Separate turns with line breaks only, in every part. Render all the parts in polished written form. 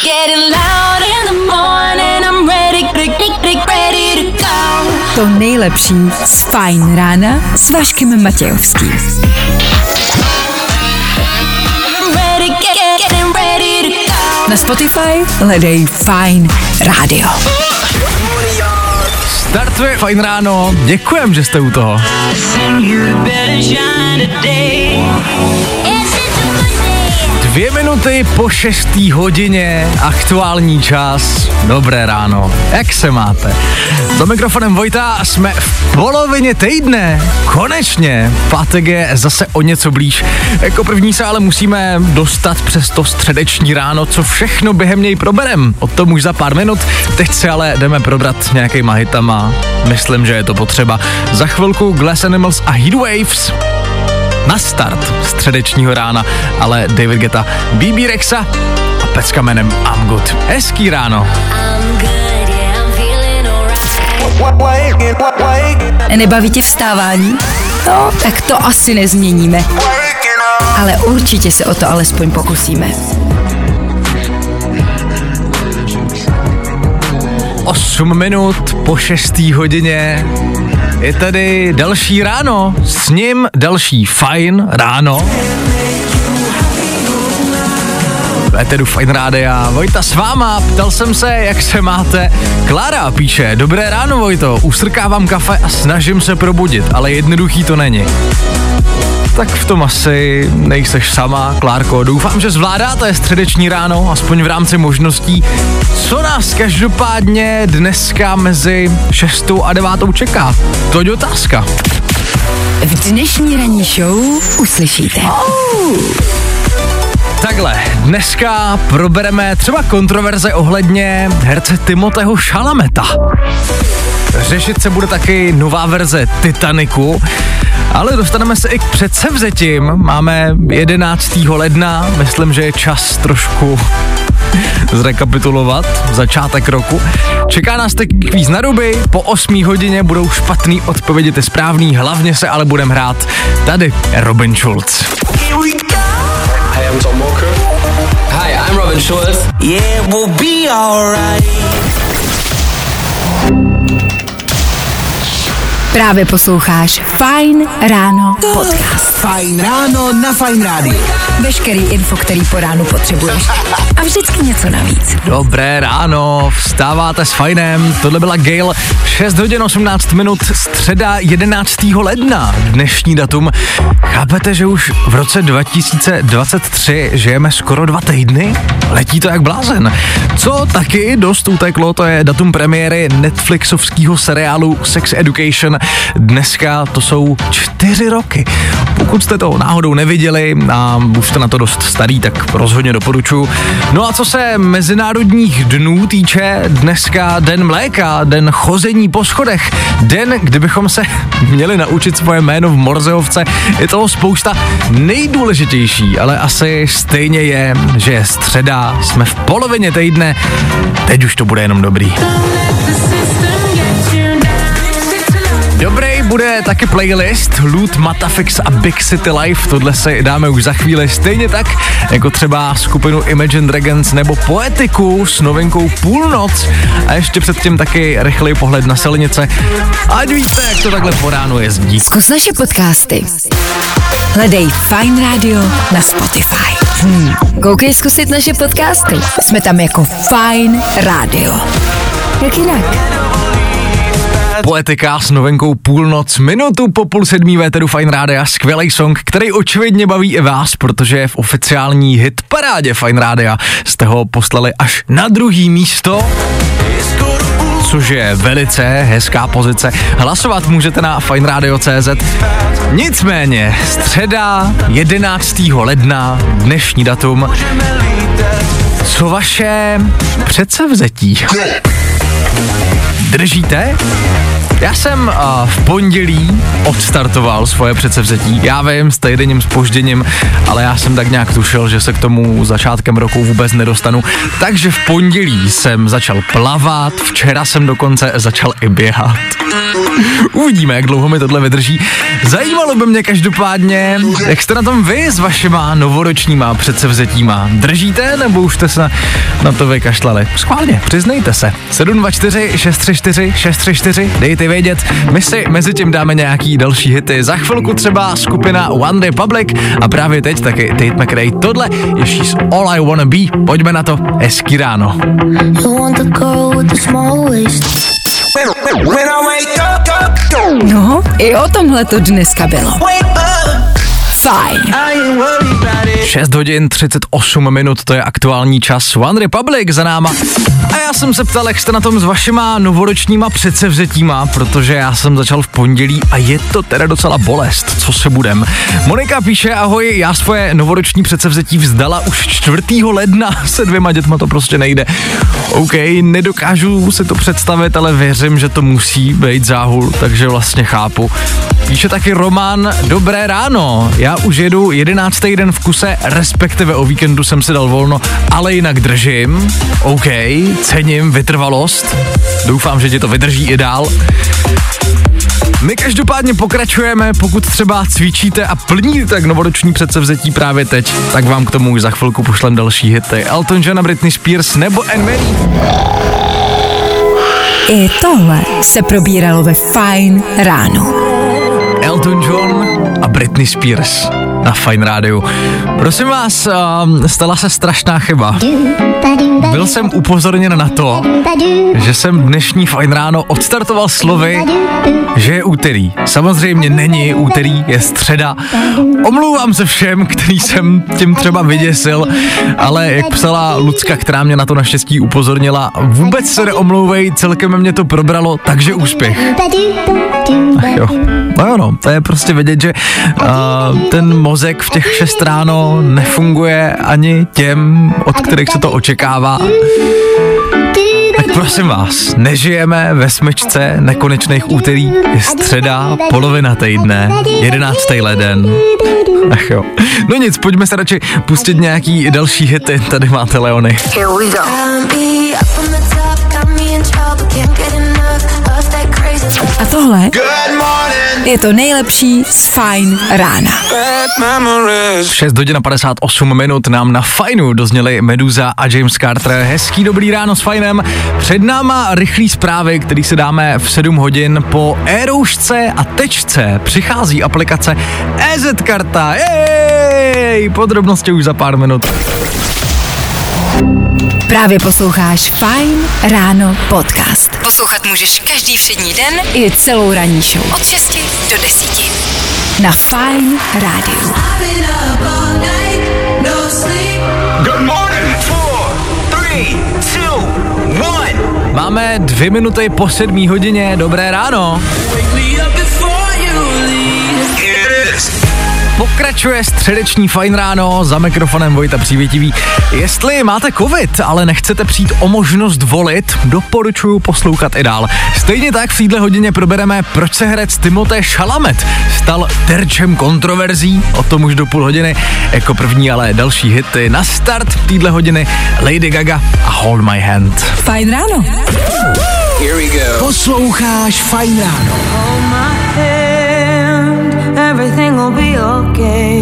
To nejlepší z Fajn rána s Vaškem Matějovským. Na Spotify hledej Fajn rádio.
Startuje Fajn ráno, děkujem, že jste u toho. 2 minuty po 6. hodině, aktuální čas, dobré ráno, jak se máte? Za mikrofonem Vojta jsme v polovině týdne, konečně, pátek je zase o něco blíž. Jako první se ale musíme dostat přes to středeční ráno, co všechno během něj proberem, o tom už za pár minut, teď se ale jdeme probrat nějakýma hitama, myslím, že je to potřeba. Za chvilku Glass Animals a Heatwaves. Na start středečního rána, ale David Guetta, BB Rexa a pecka jménem I'm Good. Hezký ráno.
Nebaví tě vstávání? No, tak to asi nezměníme. Ale určitě se o to alespoň pokusíme.
8 minut po 6. hodině je tady další ráno, s ním další Fajn ráno. Véteru Fajn rádia, Vojta s váma, ptal jsem se, jak se máte. Klára píše, dobré ráno Vojto, ustrkávám kafe a snažím se probudit, ale jednoduchý to není. Tak v tom asi nejseš sama, Klárko. Doufám, že zvládáte středeční ráno, aspoň v rámci možností. Co nás každopádně dneska mezi 6. a 9. čeká? To je otázka.
V dnešní ranní show uslyšíte.
Takhle, dneska probereme třeba kontroverze ohledně herce Timothého Chalameta. Řešit se bude taky nová verze Titaniku, ale dostaneme se i k předsevzetím. Máme 11. ledna, myslím, že je čas trošku zrekapitulovat začátek roku. Čeká nás taky kvíz na ruby, po 8 hodině budou špatný odpovědi ty správný, hlavně se ale budeme hrát tady Robin Schulz.
Hey, I'm Tom Walker. Hi, I'm Robin Schulz. Yeah, we'll be alright.
Právě posloucháš Fajn ráno podcast.
Fajn ráno na Fajn rádiu.
Veškerý info, který po ránu potřebuješ. A vždycky něco navíc.
Dobré ráno, vstáváte s Fajnem, tohle byla Gail, 6 hodin 18 minut, středa 11. ledna, dnešní datum. Chápete, že už v roce 2023 žijeme skoro 2 týdny? Letí to jak blázen. Co taky dost uteklo, to je datum premiéry Netflixovského seriálu Sex Education. Dneska to jsou 4 roky. Pokud jste to náhodou neviděli a už jste na to dost starý, tak rozhodně doporučuji. No a co se mezinárodních dnů týče, dneska den mléka, den chození po schodech, den, kdybychom se měli naučit svoje jméno v Morzeovce, je toho spousta. Nejdůležitější, ale asi stejně je, že je středa, jsme v polovině týdne, teď už to bude jenom dobrý. Dobrý bude taky playlist Loot, Matafix a Big City Life, tohle se dáme už za chvíli, stejně tak jako třeba skupinu Imagine Dragons nebo Poetiku s novinkou Půlnoc a ještě předtím taky rychlej pohled na silnice. Ať víte, jak to takhle po ránu jezdí.
Zkus naše podcasty. Hledej Fajn rádio na Spotify. Koukej zkusit naše podcasty. Jsme tam jako Fajn rádio. Jak jinak?
Poetika s novinkou Půlnoc, minutu po 6:30 véteru Fajn rádia, skvělej song, který očividně baví i vás, protože je v oficiální hitparádě Fajn rádia. Jste ho poslali až na 2. místo, což je velice hezká pozice. Hlasovat můžete na fajnradio.cz. Nicméně, středa 11. ledna, dnešní datum. Co vaše předsevzetí? Držíte? Já jsem v pondělí odstartoval svoje předsevzetí. Já vím, s týdenním zpožděním, ale já jsem tak nějak tušil, že se k tomu začátkem roku vůbec nedostanu. Takže v pondělí jsem začal plavat, včera jsem dokonce začal i běhat. Uvidíme, jak dlouho mi tohle vydrží. Zajímalo by mě každopádně, jak jste na tom vy s vašima novoročníma předsevzetíma. Držíte, nebo už jste se na to vykašlali? Schválně, přiznejte se. 724 634 634, dejte vědět. My si mezi tím dáme nějaký další hity. Za chvilku třeba skupina One Republic a právě teď taky Tate McRae. Tohle je She's All I Wanna Be. Pojďme na to. Hezký ráno.
No, i o tomhle to dneska bylo. Fajn.
6 hodin 38 minut, to je aktuální čas. One Republic za náma. A já jsem se ptal, jak jste na tom s vašima novoročníma předsevzetíma, protože já jsem začal v pondělí a je to teda docela bolest, co se budem. Monika píše, ahoj, já svoje novoroční předsevzetí vzdala už 4. ledna, se 2 dětma to prostě nejde. OK, nedokážu si to představit, ale věřím, že to musí být záhul, takže vlastně chápu. Píše taky Roman, dobré ráno, já už jedu 11. den v kuse, respektive o víkendu jsem si dal volno, ale jinak držím. OK, cením vytrvalost, doufám, že ti to vydrží i dál. My každopádně pokračujeme, pokud třeba cvičíte a plníte k novoroční předsevzetí právě teď, tak vám k tomu už za chvilku pošlem další hity. Elton John a Britney Spears nebo Anne-Marie.
I tohle se probíralo ve Fajn ráno.
Elton John a Britney Spears na Fajn rádiu. Prosím vás, stala se strašná chyba. Byl jsem upozorněn na to, že jsem dnešní Fajn ráno odstartoval slovy, že je úterý. Samozřejmě není úterý, je středa. Omlouvám se všem, který jsem tím třeba vyděsil, ale jak psala Lucka, která mě na to naštěstí upozornila, vůbec se neomlouvej, celkem mě to probralo, takže úspěch. Ach jo. No, to je prostě vidět, že ten mozek v těch 6 ráno nefunguje ani těm, od kterých se to očekává. Tak prosím vás, nežijeme ve smyčce nekonečných úterý, je středa, polovina týdne, 11. leden. Ach jo. No nic, pojďme se radši pustit nějaký další hity, tady máte Leony.
Here we go. A tohle je to nejlepší z Fajn rána.
6 hodin a 58 minut nám na Fajnu dozněli Meduza a James Carter. Hezký dobrý ráno s Fajnem. Před náma rychlý zprávy, který si dáme v 7 hodin. Po e-roušce a tečce přichází aplikace EZ Karta. Jej! Podrobnosti už za pár minut.
Právě posloucháš Fajn ráno podcast. Poslouchat můžeš každý všední den i celou ranní show. Od 6 do 10. Na Fajn rádiu.
Good morning. 4, 3, 2, 1.
Máme 2 minuty po 7 hodině. Dobré ráno. Pokračuje středeční Fajn ráno, za mikrofonem Vojta Přívětivý. Jestli máte covid, ale nechcete přijít o možnost volit, doporučuji poslouchat i dál. Stejně tak v této hodině probereme, proč se herec Timothée Chalamet stal terčem kontroverzí, o tom už do půl hodiny. Jako první ale další hity na start této hodiny Lady Gaga a Hold My Hand.
Fajn ráno.
Here we go.
Posloucháš Fajn ráno.
Everything will be okay.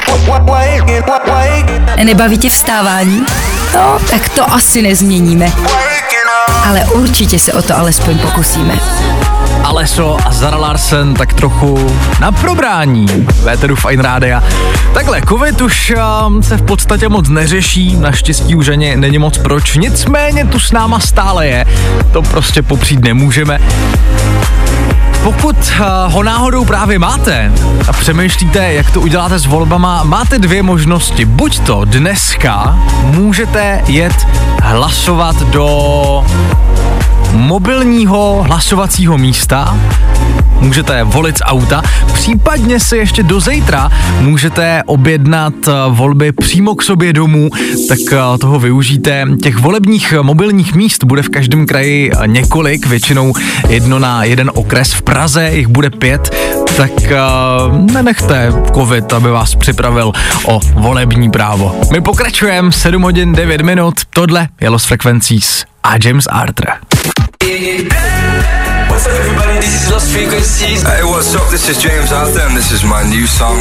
Nebaví tě vstávání? No, tak to asi nezměníme. Ale určitě se o to alespoň pokusíme.
Alesso a Zara Larsen tak trochu na probrání véteru Fajn rádia. Takhle, covid už se v podstatě moc neřeší, naštěstí už ani není moc proč, nicméně tu s náma stále je, to prostě popřít nemůžeme. Pokud ho náhodou právě máte a přemýšlíte, jak to uděláte s volbama, máte 2 možnosti. Buď to dneska můžete jet hlasovat do mobilního hlasovacího místa, můžete volit z auta, případně si ještě do zítra můžete objednat volby přímo k sobě domů, tak toho využijte. Těch volebních mobilních míst bude v každém kraji několik, většinou jedno na jeden okres. V Praze jich bude 5, tak nenechte covid, aby vás připravil o volební právo. My pokračujeme, 7 hodin 9 minut, tohle je Lost Frequencies a James Arthur.
What's up, everybody? This is Lost Frequencies.
Hey, what's up? This is James Arthur and this is my new song.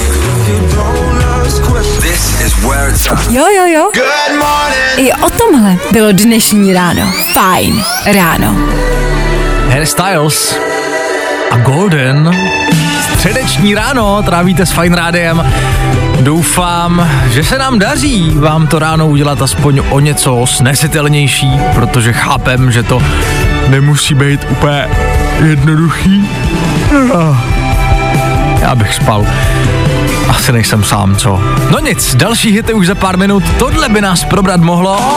This is where it's at.
Jo.
Good morning.
I o tomhle bylo dnešní ráno. Fajn ráno.
Harry Styles a Golden. Středeční ráno trávíte s Fajn rádiem. Doufám, že se nám daří vám to ráno udělat aspoň o něco snesitelnější, protože chápem, že to nemusí být úplně jednoduchý. Já bych spal. Asi nejsem sám, co? No nic, další hity už za pár minut, tohle by nás probrat mohlo.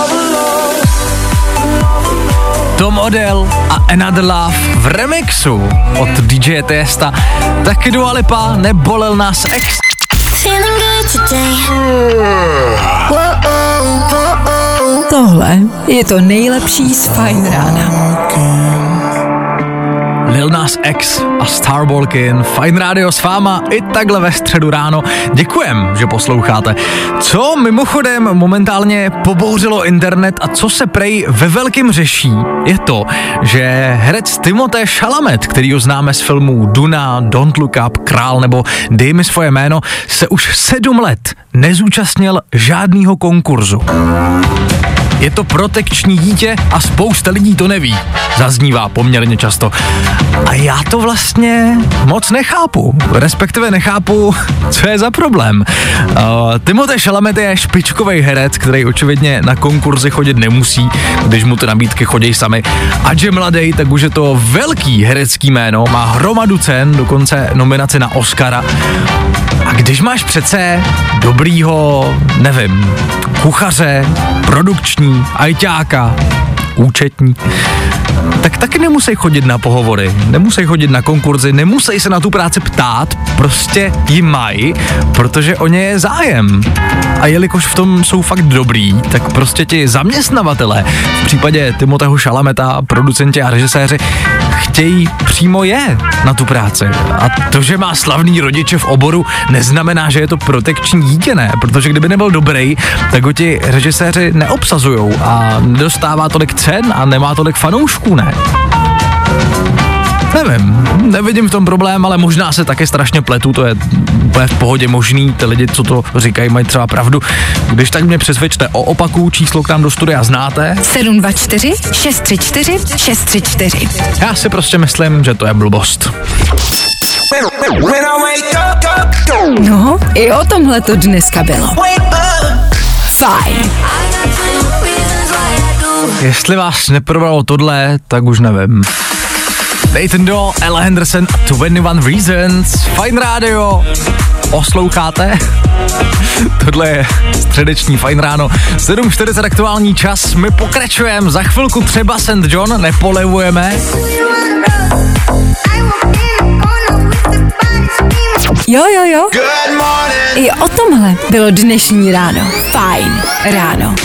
Tom Odell a Another Love v remixu od DJ Tiesta. Taky Dua Lipa, Nebolel nás ex.
Tohle je to nejlepší z Fajn rána.
Lil Nas X a Starwalkin, Fajn rádio s váma i takhle ve středu ráno. Děkujem, že posloucháte. Co mimochodem momentálně pobouřilo internet a co se prej ve velkým řeší, je to, že herec Timothée Chalamet, kterýho známe z filmů Duna, Don't Look Up, Král nebo Dej mi svoje jméno, se už 7 let nezúčastnil žádného konkurzu. Je to protekční dítě a spousta lidí to neví. Zaznívá poměrně často. A já to vlastně moc nechápu. Respektive nechápu, co je za problém. Timothée Chalamet je špičkovej herec, který očividně na konkurzy chodit nemusí, když mu ty nabídky chodí sami. Ať je mladej, tak už je to velký herecký jméno, má hromadu cen, dokonce nominaci na Oscara. A když máš přece dobrýho, nevím, kuchaře, produkční, ajťáka, účetní, tak taky nemusí chodit na pohovory, nemusí chodit na konkurzy, nemusí se na tu práci ptát, prostě ji mají, protože o ně je zájem. A jelikož v tom jsou fakt dobrý, tak prostě ti zaměstnavatelé, v případě Timothého Chalameta, producenti a režiséři, chtějí přímo je na tu práci. A to, že má slavný rodiče v oboru, neznamená, že je to protekční dítě, ne? Protože kdyby nebyl dobrý, tak ho ti režiséři neobsazujou a nedostává tolik cen a nemá tolik fanoušků, ne? Nevím, nevidím v tom problém, ale možná se taky strašně pletu, to je úplně v pohodě možný, ty lidi, co to říkají, mají třeba pravdu. Když tak mě přesvědčte o opaku, číslo k nám do studia znáte.
724 634 634.
Já si prostě myslím, že to je blbost.
No, i o tomhle to dneska bylo. Fajn.
Jestli vás neprobralo tohle, tak už nevím. Nathan Doe, Ella Henderson a 21 Reasons, Fajn rádio, posloucháte? Tohle je středeční Fajn ráno, 7:40 aktuální čas, my pokračujeme, za chvilku třeba St. John, nepolevujeme.
Jo. I o tomhle bylo dnešní ráno. Fajn ráno.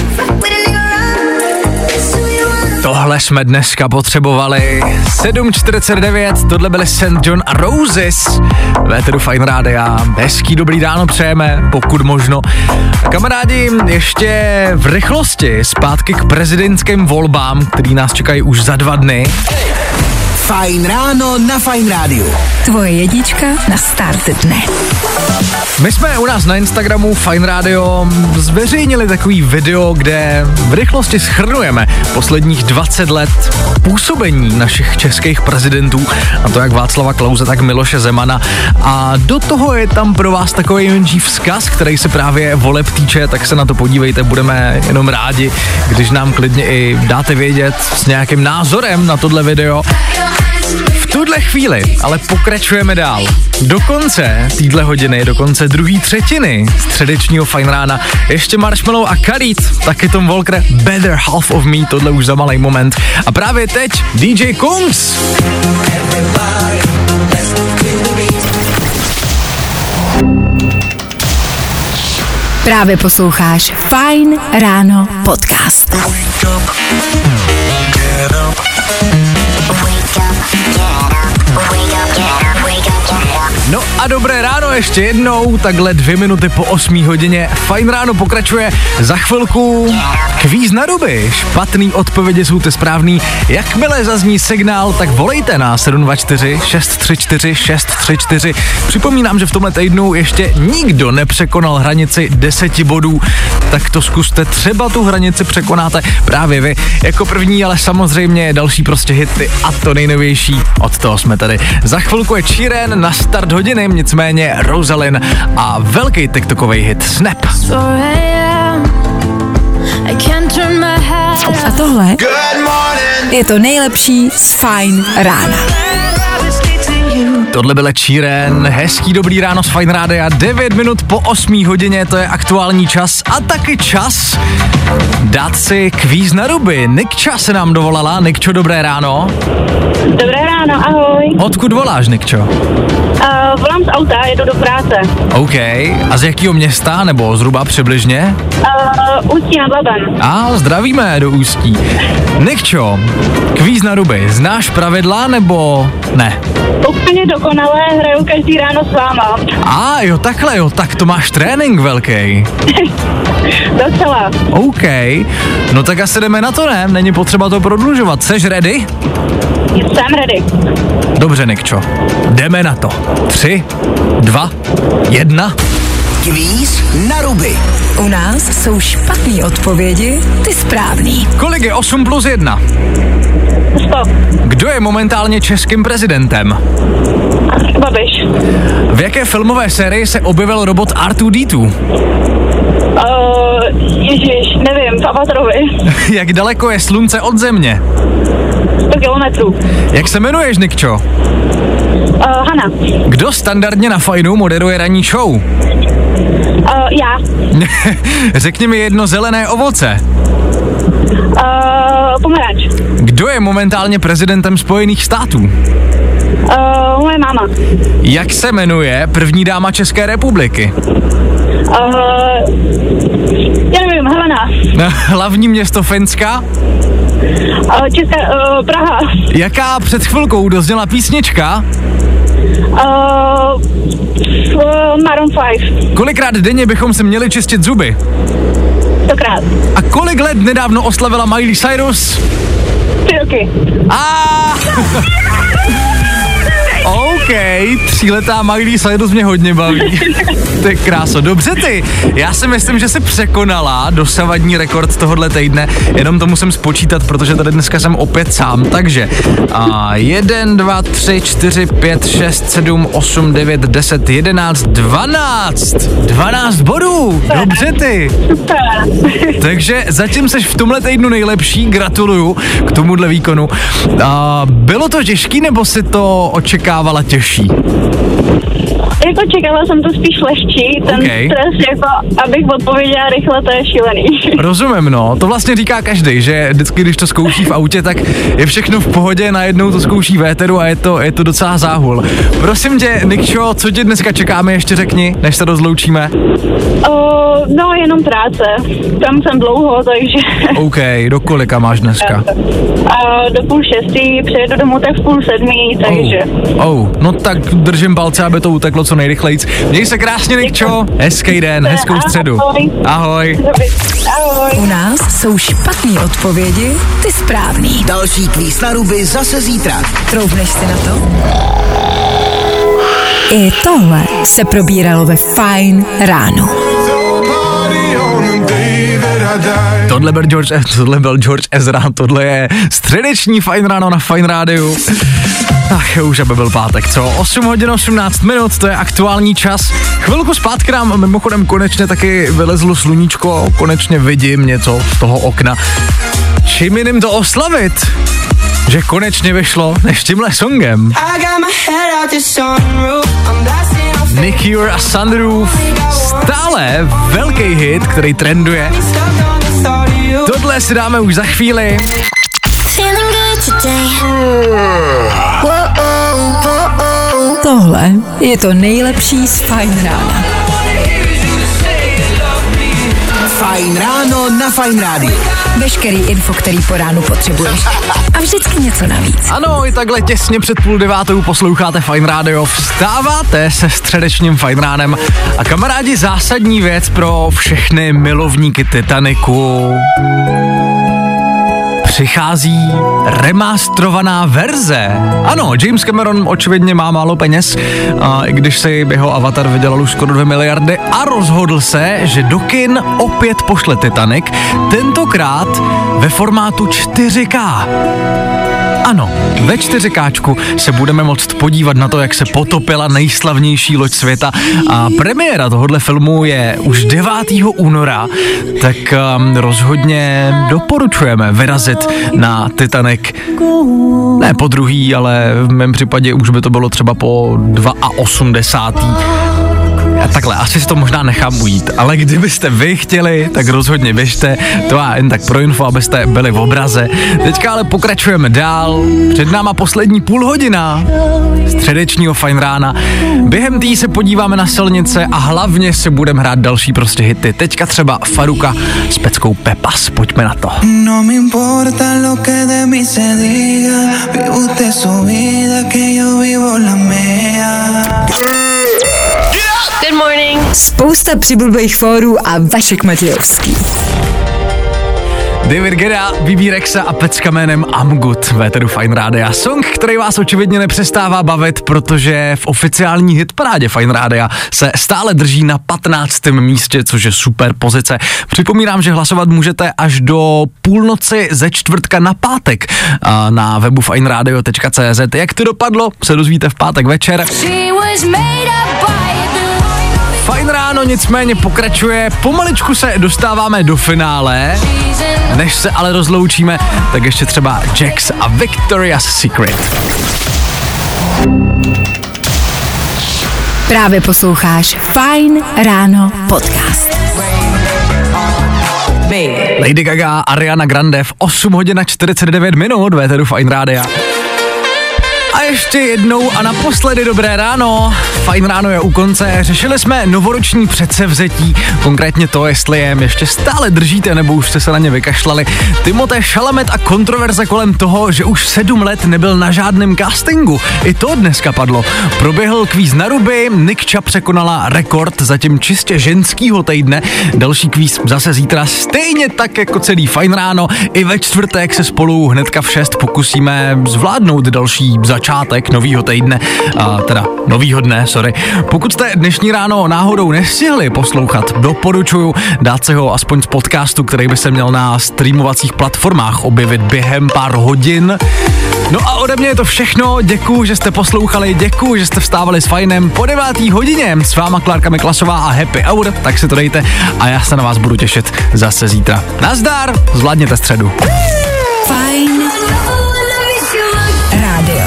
Tohle jsme dneska potřebovali. 7:49, tohle byly St. John a Roses. Véteru Fajn rádia. Hezký dobrý ráno přejeme, pokud možno. Kamarádi, ještě v rychlosti zpátky k prezidentským volbám, který nás čekají už za 2 dny.
Fajn ráno na Fajn rádiu.
Tvoje jednička na start dne.
My jsme u nás na Instagramu Fajn rádio zveřejnili takový video, kde v rychlosti shrnujeme posledních 20 let působení našich českých prezidentů, a to jak Václava Klause, tak Miloše Zemana. A do toho je tam pro vás takový menší vzkaz, který se právě voleb týče, tak se na to podívejte, budeme jenom rádi, když nám klidně i dáte vědět s nějakým názorem na tohle video. V tuhle chvíli ale pokračujeme dál. Do konce týhle hodiny, do konce druhé třetiny středečního Fajn rána ještě Marshmello a Khalid, taky Tom Walker, Better Half of Me, tohle už za malý moment. A právě teď DJ Kungs.
Právě posloucháš Fajn ráno podcast.
No a dobré ráno ještě jednou, takhle 2 minuty po 8 hodině. Fajn ráno pokračuje za chvilku. Kvíz na ruby, špatný odpovědi jsou ty správný. Jakmile zazní signál, tak volejte na 724 634 634. Připomínám, že v tomhle týdnu ještě nikdo nepřekonal hranici 10 bodů, tak to zkuste, třeba tu hranici překonáte právě vy. Jako první, ale samozřejmě další prostě hity a to nejnovější, od toho jsme tady. Za chvilku je Sheeran na start hodiny, nicméně Rosalind a velký tiktokový hit Snap.
A tohle je to nejlepší z Fajn rána.
Tohle byl Sheeran, hezký dobrý ráno z Fajn rádia, 9 minut po 8 hodině, to je aktuální čas a taky čas dát si kvíz na ruby. Nikča se nám dovolala. Nikčo, dobré ráno.
Dobré ráno, ahoj.
Odkud voláš, Nikčo?
Volám z auta, jedu do práce.
OK, a z jakého města, nebo zhruba přibližně?
Ústí nad Labem.
A zdravíme do Ústí. Nikčo, kvíz na ruby, znáš pravidla, nebo ne?
Úplně dokonale, hraju každý ráno s váma.
Jo, takhle jo, tak to máš trénink velký.
Docela.
OK, no tak asi jdeme na to, ne? Není potřeba to prodlužovat. Seš ready?
Jsem ready.
Dobře, Nikčo, jdeme na to. 3, 2, 1.
Kvíz na ruby.
U nás jsou špatný odpovědi, ty správný.
Kolik je 8 plus 1?
100.
Kdo je momentálně českým prezidentem?
Babiš.
V jaké filmové sérii se objevil robot R2D2?
Ježiš, nevím, v Avatarovi.
Jak daleko je slunce od země?
100 kilometrů.
Jak se jmenuješ, Nikčo?
Hana.
Kdo standardně na Fajnu moderuje ranní show?
Já.
Řekni mi jedno zelené ovoce.
Pomeranč.
Kdo je momentálně prezidentem Spojených států?
Moje máma.
Jak se jmenuje první dáma České republiky?
Já nevím, Helena.
Hlavní město Finska?
Praha.
Jaká před chvilkou dozněla písnička?
Maroon 5.
Kolikrát denně bychom si měli čistit zuby?
100krát.
A kolik let nedávno oslavila Miley Cyrus?
3 roky.
OK, 3letá Miley Cyrus mě hodně baví. To je kráso. Dobře ty, já si myslím, že jsi překonala dosavadní rekord tohohle týdne, jenom to musím spočítat, protože tady dneska jsem opět sám, takže 1, 2, 3, 4, 5, 6, 7, 8, 9, 10, 11, 12 bodů, dobře ty. Takže zatím seš v tomhle týdnu nejlepší, gratuluju k tomuhle výkonu. Bylo to těžký, nebo si to očekávala těžší?
Jako čekala jsem to spíš lehčí, ten stres, jako abych odpověděla rychle, to je šílený. Rozumím,
no, to vlastně říká každý, že vždycky, když to zkouší v autě, tak je všechno v pohodě, najednou to zkouší v éteru a je to docela záhul. Prosím tě, Nikčo, co tě dneska čekáme, ještě řekni, než se rozloučíme.
No, jenom práce, tam jsem dlouho, takže...
OK, do kolika máš dneska?
Do 5:30, přijedu domů tak v 6:30, takže...
No tak držím palce, aby to uteklo co nejrychlejc. Měj se krásně, Nikčo, hezký den, hezkou středu. Ahoj.
Ahoj.
U nás jsou špatný odpovědi, ty správný.
Další kvíz na ruby zase zítra.
Troufneš si na to? I tohle se probíralo ve Fajn ráno.
Tohle byl George Ezra, tohle je středeční Fajn ráno na Fajn rádiu. Už aby byl pátek, co? 8 hodin 18 minut, to je aktuální čas. Chvilku zpátky nám mimochodem konečně taky vylezlo sluníčko, konečně vidím něco z toho okna. Čím jiným to oslavit? že konečně vyšlo než tímhle songem. Nick Cure a Sunroof, stále velký hit, který trenduje. Tohle si dáme už za chvíli.
Tohle je to nejlepší z Fajn rána.
Fajn ráno na Fajn rádiu.
Veškerý info, který po ránu potřebuješ. A vždycky něco navíc.
Ano, i takhle těsně před 8:30 posloucháte Fajn rádio. Vstáváte se středečním Fajn ránem. A kamarádi, zásadní věc pro všechny milovníky Titaniku. Přichází remasterovaná verze. Ano, James Cameron očividně má málo peněz, i když si jeho Avatar vydělal už skoro 2 miliardy a rozhodl se, že do kin opět pošle Titanic, tentokrát ve formátu 4K. Ano, ve 4K se budeme moct podívat na to, jak se potopila nejslavnější loď světa a premiéra tohohle filmu je už 9. února, tak rozhodně doporučujeme vyrazit na Titanic. Ne po druhý, ale v mém případě už by to bylo třeba po 82. Takhle, asi si to možná nechám ujít, ale kdybyste vy chtěli, tak rozhodně běžte, to já jen tak pro info, abyste byli v obraze. Teďka ale pokračujeme dál, před náma poslední půl hodina středečního Fajn rána. Během tý se podíváme na silnice a hlavně si budeme hrát další prostě hity. Teďka třeba Faruka s peckou Pepas, pojďme na to.
No me importa lo que de mí se diga, vive usted su vida, que yo vivo la mía.
Good morning. Spousta přibulbých fórů a Vašek Matějovský.
David Guetta, Bebe Rexha a pecka jménem I'm Good, véteru Fajn rádia. Song, který vás očividně nepřestává bavit, protože v oficiální hitparádě Fajn rádia se stále drží na 15. místě, což je super pozice. Připomínám, že hlasovat můžete až do půlnoci ze čtvrtka na pátek na webu fajnradio.cz. Jak to dopadlo, se dozvíte v pátek večer. Fajn ráno nicméně pokračuje, pomaličku se dostáváme do finále, než se ale rozloučíme, tak ještě třeba Jax a Victoria's Secret.
Právě posloucháš Fajn ráno podcast.
Lady Gaga, Ariana Grande v 8:49 véteru Fajn rádia. A ještě jednou a naposledy dobré ráno. Fajn ráno je u konce. Řešili jsme novoroční předsevzetí, konkrétně to, jestli je ještě stále držíte, nebo už jste se na ně vykašlali. Timothée Chalamet a kontroverze kolem toho, že už 7 let nebyl na žádném castingu. I to dneska padlo. Proběhl kvíz na ruby, Nikča překonala rekord zatím čistě ženskýho týdne. Další kvíz zase zítra, stejně tak jako celý Fajn ráno. I ve čtvrtek se spolu hnedka v 6 pokusíme zvládnout další začátek novýho týdne, teda novýho dne, sorry. Pokud jste dnešní ráno náhodou nestihli poslouchat, doporučuju dát se ho aspoň z podcastu, který by se měl na streamovacích platformách objevit během pár hodin. No a ode mě je to všechno, děkuju, že jste poslouchali, děkuju, že jste vstávali s Fajnem po 9. hodině. S váma Klárka Miklasová a Happy Hour, tak si to dejte a já se na vás budu těšit zase zítra. Nazdar, zvládněte středu.
Fajn rádio.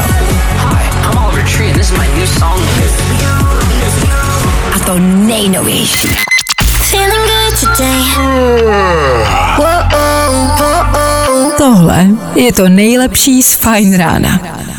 A to nejnovější. Tohle je to nejlepší z Fajn rána.